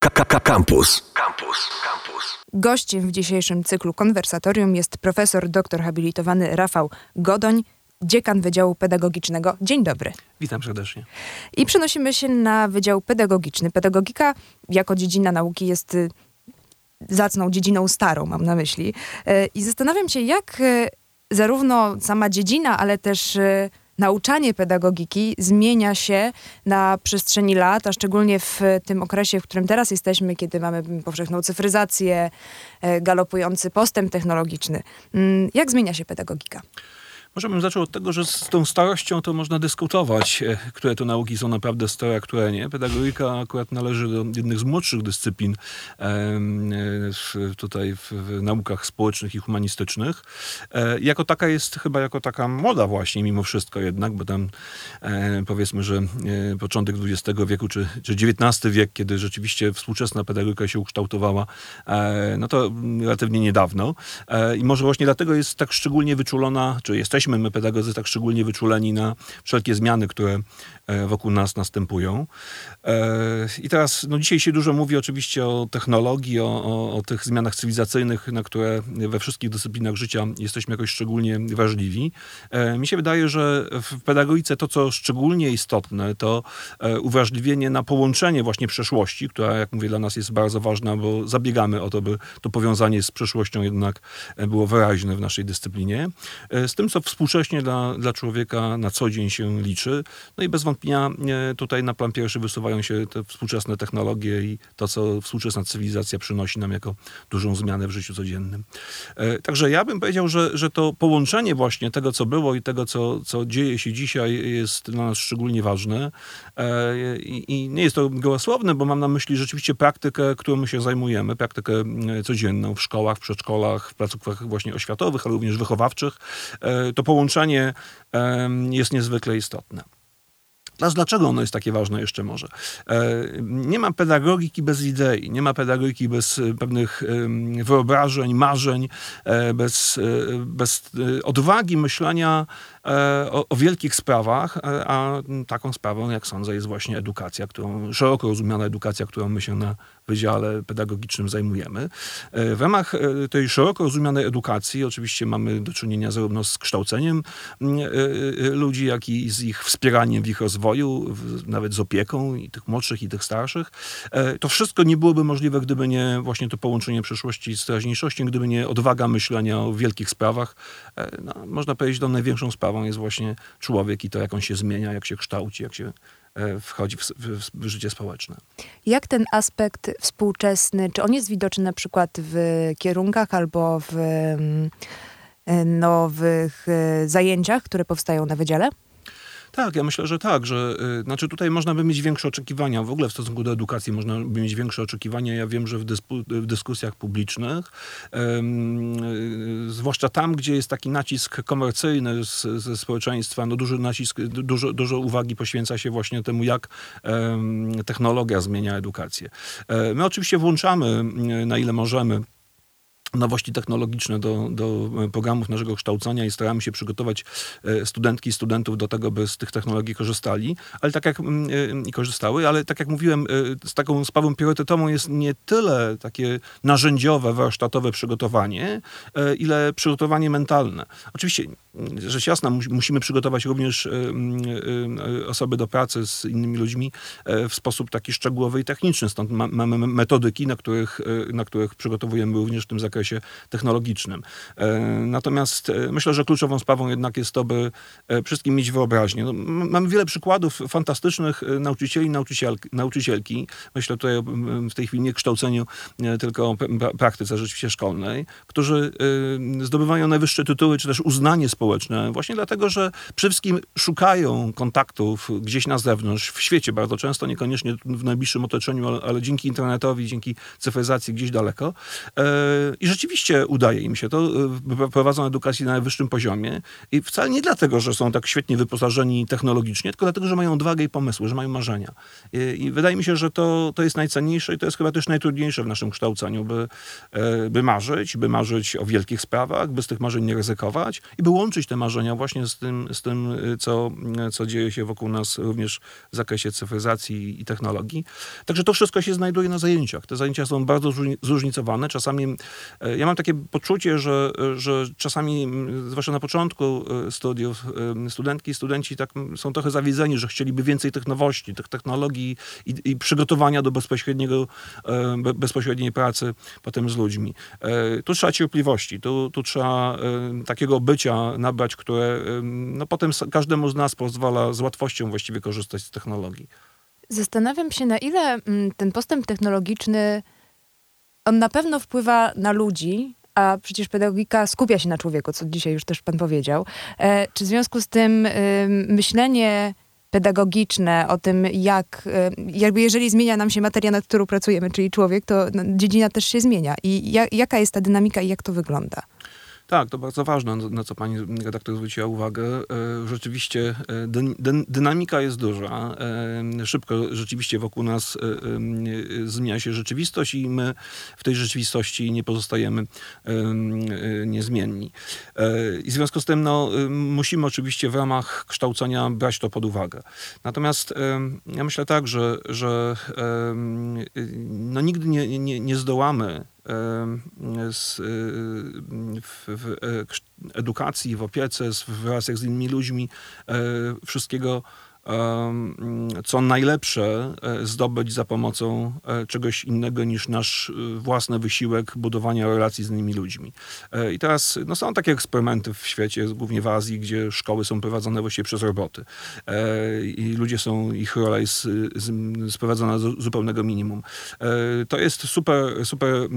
Campus. Gościem w dzisiejszym cyklu konwersatorium jest profesor doktor habilitowany Rafał Godoń, dziekan Wydziału Pedagogicznego. Dzień dobry. Witam serdecznie. I przenosimy się na Wydział Pedagogiczny. Pedagogika jako dziedzina nauki jest zacną dziedziną starą, mam na myśli. I zastanawiam się, jak zarówno sama dziedzina, ale też nauczanie pedagogiki zmienia się na przestrzeni lat, a szczególnie w tym okresie, w którym teraz jesteśmy, kiedy mamy powszechną cyfryzację, galopujący postęp technologiczny. Jak zmienia się pedagogika? Może bym zaczął od tego, że z tą starością to można dyskutować, które to nauki są naprawdę stare, a które nie. Pedagogika akurat należy do jednych z młodszych dyscyplin tutaj w naukach społecznych i humanistycznych. Jako taka jest chyba jako taka młoda właśnie mimo wszystko jednak, bo tam powiedzmy, że początek XX wieku czy XIX wiek, kiedy rzeczywiście współczesna pedagogika się ukształtowała, no to relatywnie niedawno. I może właśnie dlatego jest tak szczególnie wyczulona, czy jesteśmy my pedagodzy tak szczególnie wyczuleni na wszelkie zmiany, które wokół nas następują. I teraz, dzisiaj się dużo mówi oczywiście o technologii, o tych zmianach cywilizacyjnych, na które we wszystkich dyscyplinach życia jesteśmy jakoś szczególnie wrażliwi. Mi się wydaje, że w pedagogice to, co szczególnie istotne, to uwrażliwienie na połączenie właśnie przeszłości, która, jak mówię, dla nas jest bardzo ważna, bo zabiegamy o to, by to powiązanie z przeszłością jednak było wyraźne w naszej dyscyplinie, z tym, co współcześnie dla człowieka na co dzień się liczy. No i bez wątpienia tutaj na plan pierwszy wysuwają się te współczesne technologie i to, co współczesna cywilizacja przynosi nam jako dużą zmianę w życiu codziennym. Także ja bym powiedział, że to połączenie właśnie tego, co było i tego, co dzieje się dzisiaj, jest dla nas szczególnie ważne. I nie jest to gołosłowne, bo mam na myśli rzeczywiście praktykę, którą my się zajmujemy, praktykę codzienną w szkołach, w przedszkolach, w placówkach właśnie oświatowych, ale również wychowawczych. To połączenie jest niezwykle istotne. Dlaczego ono jest takie ważne jeszcze może? Nie ma pedagogiki bez idei, nie ma pedagogiki bez pewnych wyobrażeń, marzeń, bez odwagi myślenia o wielkich sprawach, a taką sprawą, jak sądzę, jest właśnie edukacja, szeroko rozumiana edukacja, którą my się na Wydziale Pedagogicznym zajmujemy. W ramach tej szeroko rozumianej edukacji oczywiście mamy do czynienia zarówno z kształceniem ludzi, jak i z ich wspieraniem w ich rozwoju, nawet z opieką i tych młodszych, i tych starszych. To wszystko nie byłoby możliwe, gdyby nie właśnie to połączenie przeszłości z teraźniejszością, gdyby nie odwaga myślenia o wielkich sprawach. Można powiedzieć, że największą sprawą jest właśnie człowiek i to, jak on się zmienia, jak się kształci, jak się wchodzi w życie społeczne. Jak ten aspekt współczesny, czy on jest widoczny na przykład w kierunkach albo w nowych zajęciach, które powstają na wydziale? Tak, ja myślę, że tak, znaczy tutaj można by mieć większe oczekiwania. W ogóle w stosunku do edukacji można by mieć większe oczekiwania. Ja wiem, że w dyskusjach publicznych, zwłaszcza tam, gdzie jest taki nacisk komercyjny ze społeczeństwa, duży nacisk, dużo uwagi poświęca się właśnie temu, jak technologia zmienia edukację. My oczywiście włączamy, na ile możemy, nowości technologiczne do programów naszego kształcenia i staramy się przygotować studentki i studentów do tego, by z tych technologii korzystali, ale tak jak mówiłem, z taką sprawą priorytetową jest nie tyle takie narzędziowe, warsztatowe przygotowanie, ile przygotowanie mentalne. Oczywiście, rzecz jasna, musimy przygotować również osoby do pracy z innymi ludźmi w sposób taki szczegółowy i techniczny. Stąd mamy metodyki, na których przygotowujemy również w tym zakresie technologicznym. Natomiast myślę, że kluczową sprawą jednak jest to, by wszystkim mieć wyobraźnię. Mamy wiele przykładów fantastycznych nauczycieli, nauczycielki. Myślę tutaj w tej chwili nie kształceniu, tylko o praktyce rzeczywiście szkolnej, którzy zdobywają najwyższe tytuły, czy też uznanie społeczne, właśnie dlatego, że przede wszystkim szukają kontaktów gdzieś na zewnątrz, w świecie bardzo często, niekoniecznie w najbliższym otoczeniu, ale dzięki internetowi, dzięki cyfryzacji gdzieś daleko. I I rzeczywiście udaje im się to. Prowadzą edukację na najwyższym poziomie i wcale nie dlatego, że są tak świetnie wyposażeni technologicznie, tylko dlatego, że mają odwagę i pomysły, że mają marzenia. I wydaje mi się, że to jest najcenniejsze i to jest chyba też najtrudniejsze w naszym kształceniu, by marzyć o wielkich sprawach, by z tych marzeń nie ryzykować i by łączyć te marzenia właśnie z tym co dzieje się wokół nas również w zakresie cyfryzacji i technologii. Także to wszystko się znajduje na zajęciach. Te zajęcia są bardzo zróżnicowane. Czasami ja mam takie poczucie, że czasami, zwłaszcza na początku studiów, studentki i studenci tak są trochę zawiedzeni, że chcieliby więcej tych nowości, tych technologii i przygotowania do bezpośredniej pracy potem z ludźmi. Tu trzeba cierpliwości, tu trzeba takiego bycia nabrać, które potem każdemu z nas pozwala z łatwością właściwie korzystać z technologii. Zastanawiam się, na ile ten postęp technologiczny, on na pewno wpływa na ludzi, a przecież pedagogika skupia się na człowieku, co dzisiaj już też pan powiedział. Czy w związku z tym myślenie pedagogiczne o tym, jakby jeżeli zmienia nam się materia, nad którą pracujemy, czyli człowiek, to dziedzina też się zmienia. I jaka jest ta dynamika i jak to wygląda? Tak, to bardzo ważne, na co pani redaktor zwróciła uwagę. Rzeczywiście dynamika jest duża. Szybko rzeczywiście wokół nas zmienia się rzeczywistość i my w tej rzeczywistości nie pozostajemy niezmienni. I w związku z tym musimy oczywiście w ramach kształcenia brać to pod uwagę. Natomiast ja myślę tak, że nigdy nie zdołamy w edukacji, w opiece, w relacjach z innymi ludźmi wszystkiego, co najlepsze zdobyć za pomocą czegoś innego niż nasz własny wysiłek budowania relacji z innymi ludźmi. I teraz są takie eksperymenty w świecie, głównie w Azji, gdzie szkoły są prowadzone właściwie przez roboty. I ich rola jest sprowadzona do zupełnego minimum. To jest super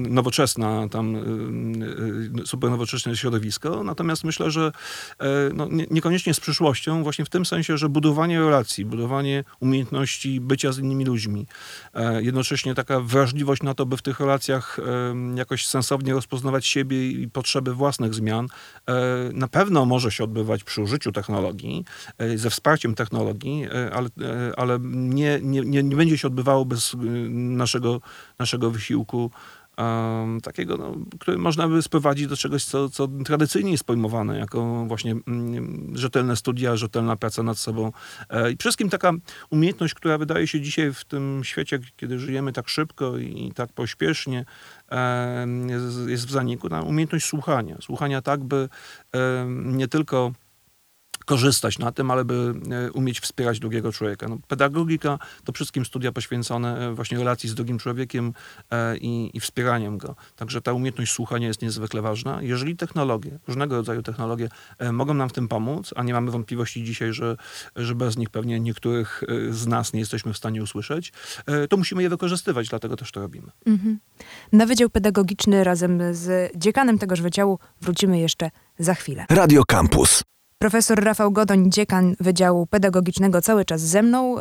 nowoczesne środowisko, natomiast myślę, że niekoniecznie z przyszłością, właśnie w tym sensie, że budowanie relacji, budowanie umiejętności bycia z innymi ludźmi. Jednocześnie taka wrażliwość na to, by w tych relacjach jakoś sensownie rozpoznawać siebie i potrzeby własnych zmian, na pewno może się odbywać przy użyciu technologii, ze wsparciem technologii, ale nie będzie się odbywało bez naszego wysiłku takiego, który można by sprowadzić do czegoś, co tradycyjnie jest pojmowane jako właśnie rzetelne studia, rzetelna praca nad sobą. I przede wszystkim taka umiejętność, która wydaje się dzisiaj w tym świecie, kiedy żyjemy tak szybko i tak pośpiesznie, jest w zaniku, umiejętność słuchania. Słuchania tak, by nie tylko korzystać na tym, ale by umieć wspierać drugiego człowieka. Pedagogika to wszystkim studia poświęcone właśnie relacji z drugim człowiekiem i wspieraniem go. Także ta umiejętność słuchania jest niezwykle ważna. Jeżeli różnego rodzaju technologie mogą nam w tym pomóc, a nie mamy wątpliwości dzisiaj, że bez nich pewnie niektórych z nas nie jesteśmy w stanie usłyszeć, to musimy je wykorzystywać, dlatego też to robimy. Mhm. Na Wydział Pedagogiczny razem z dziekanem tegoż wydziału wrócimy jeszcze za chwilę. Radio Campus. Profesor Rafał Godoń, dziekan Wydziału Pedagogicznego, cały czas ze mną.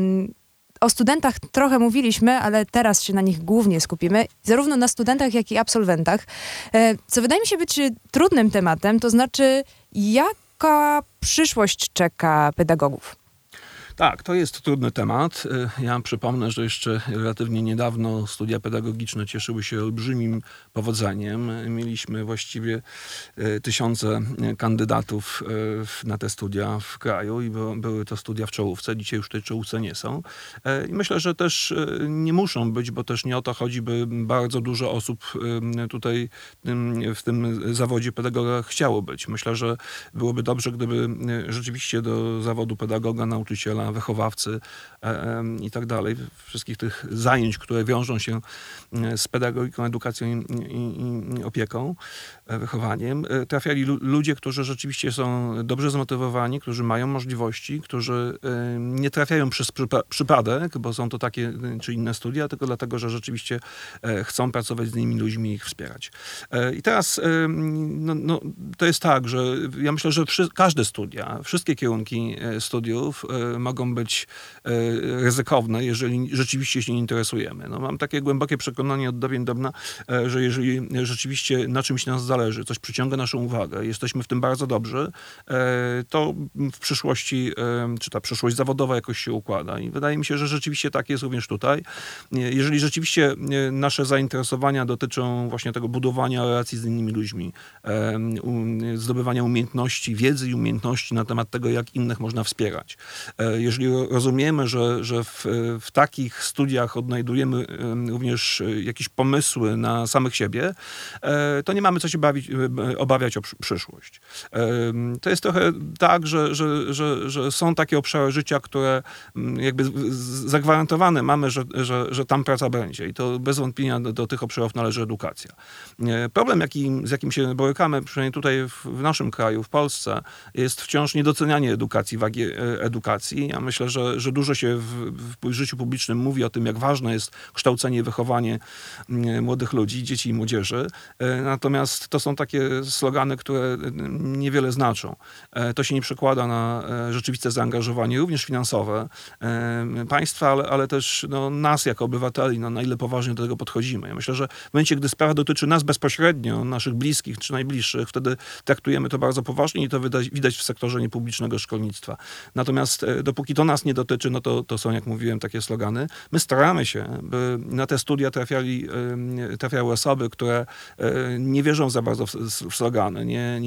O studentach trochę mówiliśmy, ale teraz się na nich głównie skupimy. Zarówno na studentach, jak i absolwentach. Co wydaje mi się być trudnym tematem, to znaczy jaka przyszłość czeka pedagogów? Tak, to jest trudny temat. Ja przypomnę, że jeszcze relatywnie niedawno studia pedagogiczne cieszyły się olbrzymim powodzeniem. Mieliśmy właściwie tysiące kandydatów na te studia w kraju i były to studia w czołówce. Dzisiaj już w tej czołówce nie są. I myślę, że też nie muszą być, bo też nie o to chodzi, by bardzo dużo osób tutaj w tym zawodzie pedagoga chciało być. Myślę, że byłoby dobrze, gdyby rzeczywiście do zawodu pedagoga, nauczyciela, wychowawcy i tak dalej, wszystkich tych zajęć, które wiążą się z pedagogiką, edukacją i opieką, wychowaniem, trafiali ludzie, którzy rzeczywiście są dobrze zmotywowani, którzy mają możliwości, którzy nie trafiają przez przypadek, bo są to takie czy inne studia, tylko dlatego, że rzeczywiście chcą pracować z innymi ludźmi i ich wspierać. I teraz to jest tak, że ja myślę, że każde studia, wszystkie kierunki studiów mogą mogą być ryzykowne, jeżeli rzeczywiście się nie interesujemy. No, mam takie głębokie przekonanie od dawien dawna, że jeżeli rzeczywiście na czymś nas zależy, coś przyciąga naszą uwagę, jesteśmy w tym bardzo dobrzy, to w przyszłości, czy ta przyszłość zawodowa jakoś się układa. I wydaje mi się, że rzeczywiście tak jest również tutaj. Jeżeli rzeczywiście nasze zainteresowania dotyczą właśnie tego budowania relacji z innymi ludźmi, zdobywania umiejętności, wiedzy i umiejętności na temat tego, jak innych można wspierać. Jeżeli rozumiemy, że w takich studiach odnajdujemy również jakieś pomysły na samych siebie, to nie mamy co się obawiać o przyszłość. To jest trochę tak, że są takie obszary życia, które jakby zagwarantowane mamy, że tam praca będzie i to bez wątpienia do tych obszarów należy edukacja. Problem, z jakim się borykamy, przynajmniej tutaj w naszym kraju, w Polsce, jest wciąż niedocenianie edukacji, wagi edukacji. Ja myślę, że dużo się w życiu publicznym mówi o tym, jak ważne jest kształcenie i wychowanie młodych ludzi, dzieci i młodzieży. Natomiast to są takie slogany, które niewiele znaczą. To się nie przekłada na rzeczywiste zaangażowanie, również finansowe państwa, ale też nas jako obywateli, na ile poważnie do tego podchodzimy. Ja myślę, że w momencie, gdy sprawa dotyczy nas bezpośrednio, naszych bliskich czy najbliższych, wtedy traktujemy to bardzo poważnie i to widać w sektorze niepublicznego szkolnictwa. Natomiast dopóki to nas nie dotyczy, to są, jak mówiłem, takie slogany. My staramy się, by na te studia trafiały osoby, które nie wierzą za bardzo w slogany,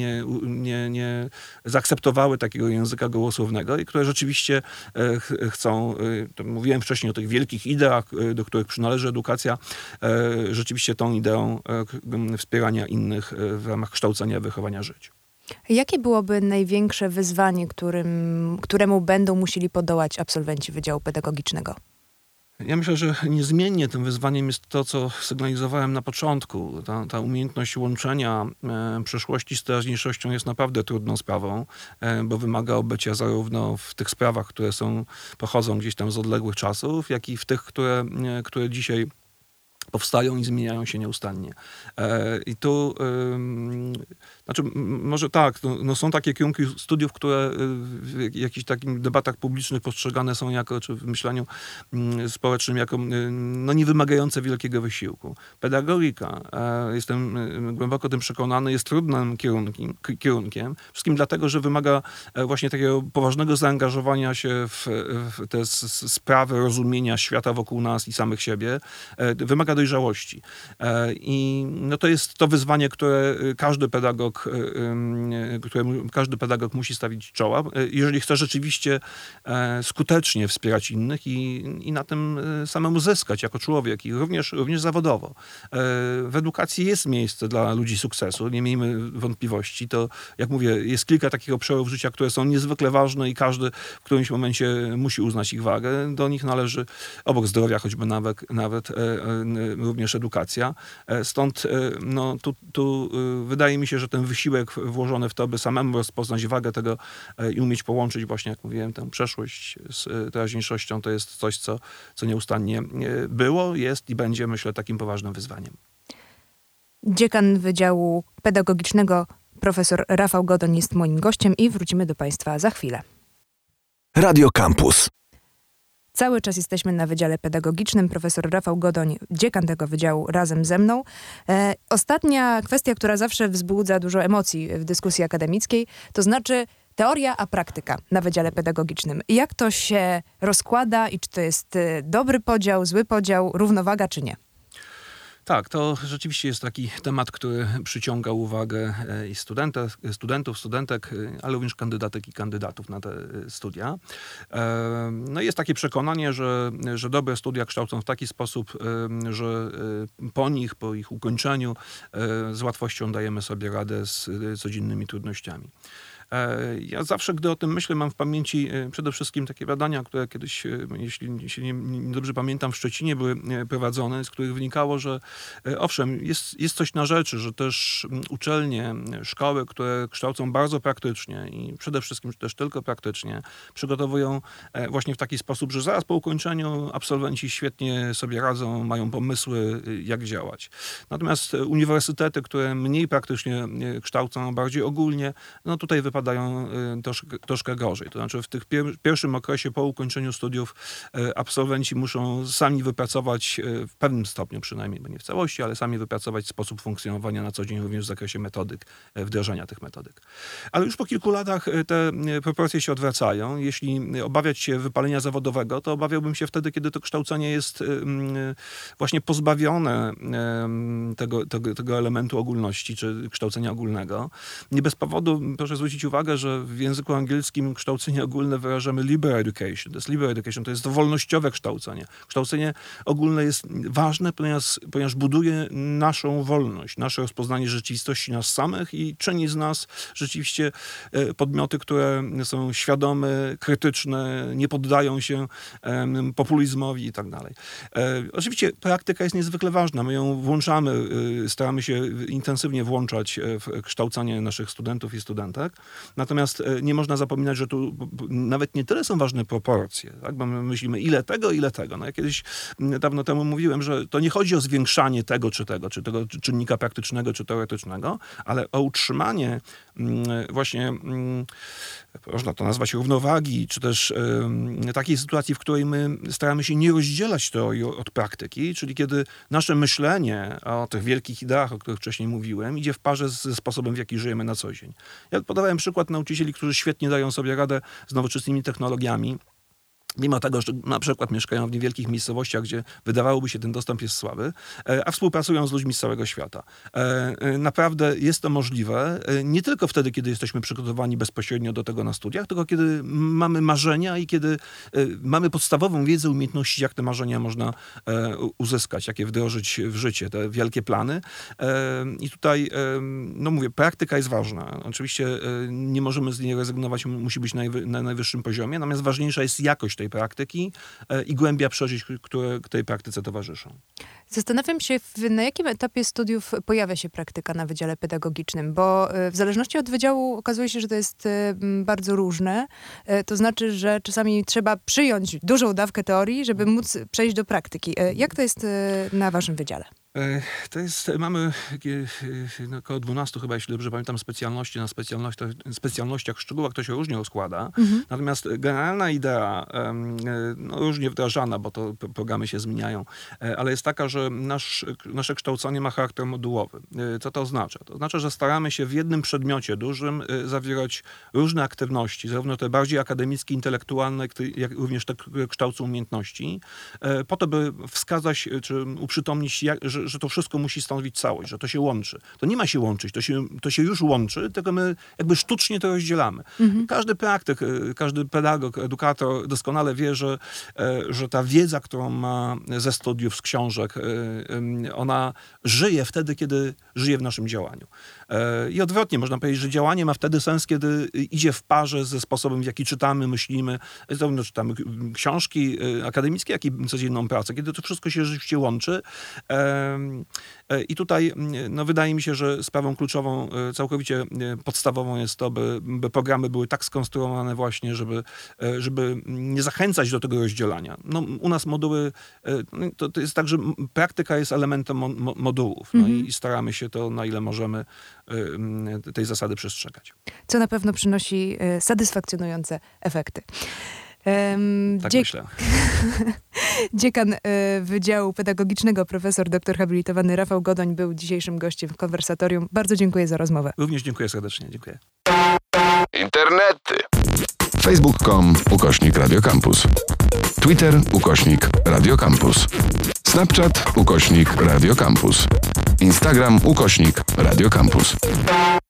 nie zaakceptowały takiego języka gołosłownego i które rzeczywiście chcą, to mówiłem wcześniej o tych wielkich ideach, do których przynależy edukacja, rzeczywiście tą ideą wspierania innych w ramach kształcenia i wychowania żyć. Jakie byłoby największe wyzwanie, któremu będą musieli podołać absolwenci Wydziału Pedagogicznego? Ja myślę, że niezmiennie tym wyzwaniem jest to, co sygnalizowałem na początku. Ta umiejętność łączenia przeszłości z teraźniejszością jest naprawdę trudną sprawą, bo wymaga obycia zarówno w tych sprawach, które pochodzą gdzieś tam z odległych czasów, jak i w tych, które dzisiaj powstają i zmieniają się nieustannie. I tu, może tak, są takie kierunki studiów, które w jakichś takich debatach publicznych postrzegane są jako, czy w myśleniu społecznym jako nie wymagające wielkiego wysiłku. Pedagogika, jestem głęboko tym przekonany, jest trudnym kierunkiem. Wszystkim dlatego, że wymaga właśnie takiego poważnego zaangażowania się w te sprawy rozumienia świata wokół nas i samych siebie. Wymaga dojrzałości. I to jest to wyzwanie, któremu każdy pedagog musi stawić czoła, jeżeli chce rzeczywiście skutecznie wspierać innych i na tym samemu zyskać jako człowiek i również zawodowo. W edukacji jest miejsce dla ludzi sukcesu, nie miejmy wątpliwości. To, jak mówię, jest kilka takich obszarów życia, które są niezwykle ważne i każdy w którymś momencie musi uznać ich wagę. Do nich należy obok zdrowia choćby nawet również edukacja. Stąd tu wydaje mi się, że ten wysiłek włożony w to, by samemu rozpoznać wagę tego i umieć połączyć właśnie, jak mówiłem, tę przeszłość z teraźniejszością, to jest coś, co nieustannie było, jest i będzie, myślę, takim poważnym wyzwaniem. Dziekan Wydziału Pedagogicznego profesor Rafał Godoń jest moim gościem i wrócimy do Państwa za chwilę. Radio Campus. Cały czas jesteśmy na Wydziale Pedagogicznym. Profesor Rafał Godoń, dziekan tego wydziału, razem ze mną. Ostatnia kwestia, która zawsze wzbudza dużo emocji w dyskusji akademickiej, to znaczy teoria a praktyka na Wydziale Pedagogicznym. Jak to się rozkłada i czy to jest dobry podział, zły podział, równowaga czy nie? Tak, to rzeczywiście jest taki temat, który przyciąga uwagę i studentów, studentek, ale również kandydatek i kandydatów na te studia. Jest takie przekonanie, że dobre studia kształcą w taki sposób, że po ich ukończeniu z łatwością dajemy sobie radę z codziennymi trudnościami. Ja zawsze, gdy o tym myślę, mam w pamięci przede wszystkim takie badania, które kiedyś, jeśli się nie dobrze pamiętam, w Szczecinie były prowadzone, z których wynikało, że owszem, jest coś na rzeczy, że też uczelnie, szkoły, które kształcą bardzo praktycznie i przede wszystkim też tylko praktycznie, przygotowują właśnie w taki sposób, że zaraz po ukończeniu absolwenci świetnie sobie radzą, mają pomysły, jak działać. Natomiast uniwersytety, które mniej praktycznie kształcą, bardziej ogólnie, tutaj wypada wypadają troszkę gorzej. To znaczy w tych pierwszym okresie po ukończeniu studiów absolwenci muszą sami wypracować, w pewnym stopniu przynajmniej, bo nie w całości, ale sami wypracować sposób funkcjonowania na co dzień również w zakresie metodyk, wdrażania tych metodyk. Ale już po kilku latach te proporcje się odwracają. Jeśli obawiać się wypalenia zawodowego, to obawiałbym się wtedy, kiedy to kształcenie jest właśnie pozbawione tego elementu ogólności, czy kształcenia ogólnego. Nie bez powodu proszę zwrócić uwagę, że w języku angielskim kształcenie ogólne wyrażamy liberal education. To jest liberal education, to jest to wolnościowe kształcenie. Kształcenie ogólne jest ważne, ponieważ buduje naszą wolność, nasze rozpoznanie rzeczywistości nas samych i czyni z nas rzeczywiście podmioty, które są świadome, krytyczne, nie poddają się populizmowi i tak dalej. Oczywiście praktyka jest niezwykle ważna. My ją włączamy, staramy się intensywnie włączać w kształcenie naszych studentów i studentek. Natomiast nie można zapominać, że tu nawet nie tyle są ważne proporcje, tak? Bo my myślimy ile tego. No ja kiedyś dawno temu mówiłem, że to nie chodzi o zwiększanie tego czy tego czynnika praktycznego czy teoretycznego, ale o utrzymanie właśnie, można to nazwać równowagi, czy też takiej sytuacji, w której my staramy się nie rozdzielać teorii od praktyki, czyli kiedy nasze myślenie o tych wielkich ideach, o których wcześniej mówiłem, idzie w parze ze sposobem, w jaki żyjemy na co dzień. Ja podawałem przykład nauczycieli, którzy świetnie dają sobie radę z nowoczesnymi technologiami, mimo tego, że na przykład mieszkają w niewielkich miejscowościach, gdzie wydawałoby się ten dostęp jest słaby, a współpracują z ludźmi z całego świata. Naprawdę jest to możliwe nie tylko wtedy, kiedy jesteśmy przygotowani bezpośrednio do tego na studiach, tylko kiedy mamy marzenia i kiedy mamy podstawową wiedzę, umiejętności, jak te marzenia można uzyskać, jak je wdrożyć w życie, te wielkie plany. I tutaj, no mówię, praktyka jest ważna. Oczywiście nie możemy z niej rezygnować, musi być na najwyższym poziomie, natomiast ważniejsza jest jakość tej praktyki i głębia przeżyć, które tej praktyce towarzyszą. Zastanawiam się, na jakim etapie studiów pojawia się praktyka na Wydziale Pedagogicznym, bo w zależności od wydziału okazuje się, że to jest bardzo różne. To znaczy, że czasami trzeba przyjąć dużą dawkę teorii, żeby móc przejść do praktyki. Jak to jest na waszym wydziale? To jest, mamy około 12 chyba, jeśli dobrze pamiętam, specjalności. Na specjalnościach, w szczegółach to się różnie rozkłada. Natomiast generalna idea, no, różnie wdrażana, bo to programy się zmieniają, ale jest taka, że nasze kształcenie ma charakter modułowy. Co to oznacza? To oznacza, że staramy się w jednym przedmiocie dużym zawierać różne aktywności, zarówno te bardziej akademickie, intelektualne, jak również te, które kształcą umiejętności, po to, by wskazać, czy uprzytomnić, że to wszystko musi stanowić całość, że to się łączy. To nie ma się łączyć, to się już łączy, tylko my jakby sztucznie to rozdzielamy. Każdy praktyk, każdy pedagog, edukator doskonale wie, że ta wiedza, którą ma ze studiów, z książek, ona żyje wtedy, kiedy żyje w naszym działaniu. I odwrotnie, można powiedzieć, że działanie ma wtedy sens, kiedy idzie w parze ze sposobem, w jaki czytamy, myślimy, zarówno czytamy książki akademickie, jak i codzienną pracę, kiedy to wszystko się rzeczywiście łączy. I tutaj no, wydaje mi się, że sprawą kluczową, całkowicie podstawową jest to, by programy były tak skonstruowane właśnie, żeby nie zachęcać do tego rozdzielania. No, u nas moduły, to jest tak, że praktyka jest elementem modułów. No, i staramy się to, na ile możemy, tej zasady przestrzegać. Co na pewno przynosi satysfakcjonujące efekty. Tak myślę. Dziekan Wydziału Pedagogicznego, profesor dr habilitowany Rafał Godoń był dzisiejszym gościem w Konwersatorium. Bardzo dziękuję za rozmowę. Również dziękuję serdecznie. Dziękuję. Internety. Facebook.com/Radio Campus. Twitter /Radio Campus. Snapchat /Radio Campus. Instagram /Radio Campus.